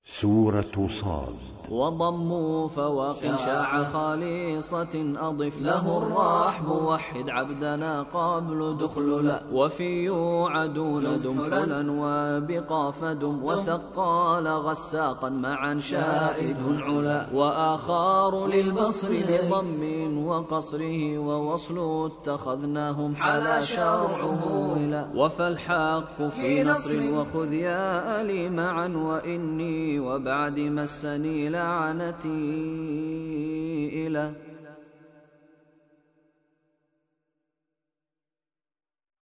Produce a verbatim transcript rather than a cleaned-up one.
سورة صاد. وضموا فواق شاع خالصة أضف له الرحب وحد عبدنا قبل دخللا وفي يوعدون دمحلا وبقى فدم وثقال غساقا معا شائد علا وآخار للبصر بضم وقصره ووصل اتخذناهم حلا شرعه ولا وفالحق في نصر وخذ يا ألي معا وإني وبعد مسني لعنتي إلى